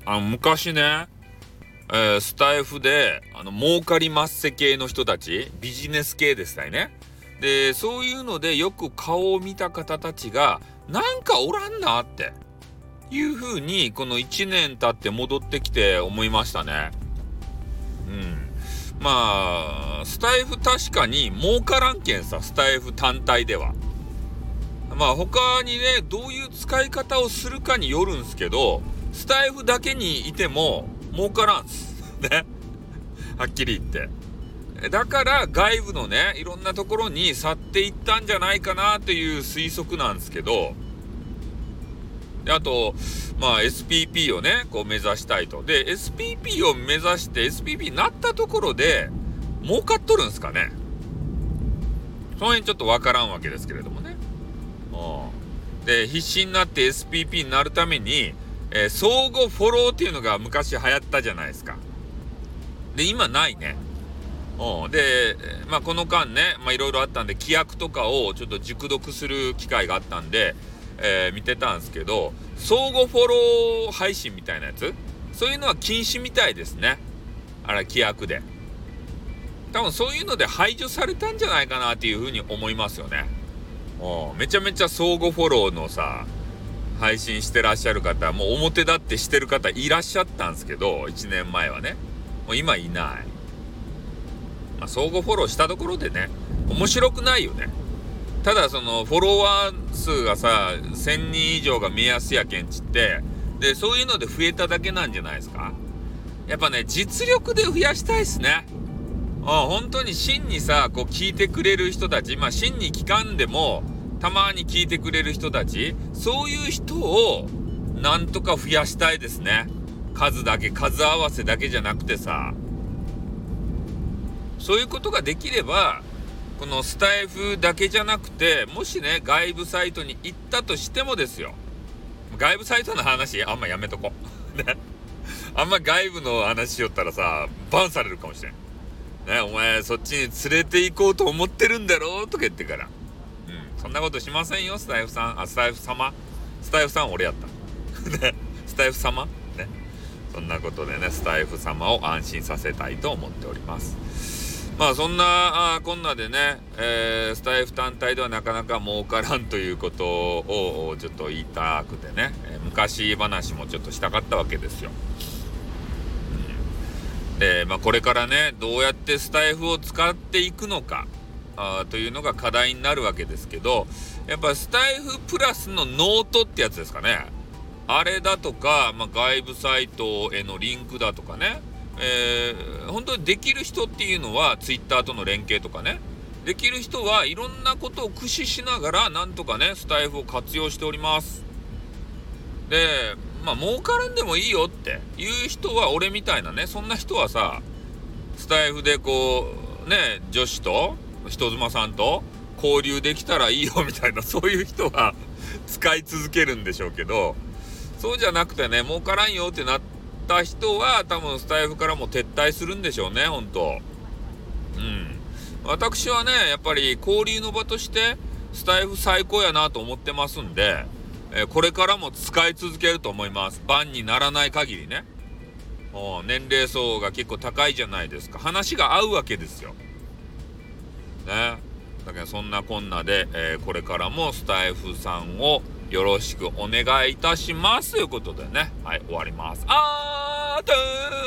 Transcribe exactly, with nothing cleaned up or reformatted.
あの昔ね、えースタイフであの儲かりまっせ系の人たち、ビジネス系でしたよね。でそういうのでよく顔を見た方たちがなんかおらんなっていう風にこのいちねん経って戻ってきて思いましたね。うんまあスタイフ確かに儲からんけんさ、スタイフ単体ではまあ他にねどういう使い方をするかによるんすけど、スタイフだけにいても儲からんすねはっきり言って。だから外部のねいろんなところに去っていったんじゃないかなという推測なんですけど、であとまあ エスピーピー をねこう目指したいと。で エスピーピー を目指して エスピーピー になったところで儲かっとるんすかね。その辺ちょっとわからんわけですけれどもね。で必死になって エスピーピー になるために、えー、相互フォローっていうのが昔流行ったじゃないですか。で今ないね。で、まあ、この間ねいろいろあったんで規約とかをちょっと熟読する機会があったんで、えー、見てたんですけど、相互フォロー配信みたいなやつ、そういうのは禁止みたいですね。あら規約で多分そういうので排除されたんじゃないかなっていうふうに思いますよね。めちゃめちゃ相互フォローのさ配信してらっしゃる方、もう表立ってしてる方いらっしゃったんですけど、いちねんまえはねもう今いない。まあ、相互フォローしたところでね面白くないよね。ただそのフォロワー数がさせんにん以上が目安やけんちって、でそういうので増えただけなんじゃないですか。やっぱね実力で増やしたいっすね。あ本当に真にさこう聞いてくれる人たち、まあ真に聞かんでもたまに聞いてくれる人たち、そういう人をなんとか増やしたいですね。数だけ、数合わせだけじゃなくてさ、そういうことができればこのスタイフだけじゃなくて、もしね外部サイトに行ったとしてもですよ、外部サイトの話あんまやめとこねあんま外部の話しよったらさバンされるかもしれんね。お前そっちに連れて行こうと思ってるんだろうとか言ってから、うんそんなことしませんよスタイフさん。あスタイフ様スタイフさん俺やったねスタイフ様ね。そんなことでねスタイフ様を安心させたいと思っております。まあそんなあこんなでね、えー、スタイフ単体ではなかなか儲からんということをちょっと言いたくてね、えー、昔話もちょっとしたかったわけですよ。でまあこれからねどうやってスタイフを使っていくのかあというのが課題になるわけですけど、やっぱスタイフプラスのノートってやつですかね。あれだとか、まあ、外部サイトへのリンクだとかね、えー、本当にできる人っていうのはツイッターとの連携とかね、できる人はいろんなことを駆使しながらなんとかねスタイフを活用しております。でまあ儲からんでもいいよっていう人は俺みたいなね、そんな人はさスタイフでこうね女子と人妻さんと交流できたらいいよみたいな、そういう人は使い続けるんでしょうけど、そうじゃなくてね儲からんよってなった人は多分スタイフからも撤退するんでしょうね。本当うん私はねやっぱり交流の場としてスタイフ最高やなと思ってますんで、えー、これからも使い続けると思います。バンにならない限りね。もう年齢層が結構高いじゃないですか。話が合うわけですよね。だけどそんなこんなで、えー、これからもスタイフさんをよろしくお願いいたしますということでね、はい終わります。あーとー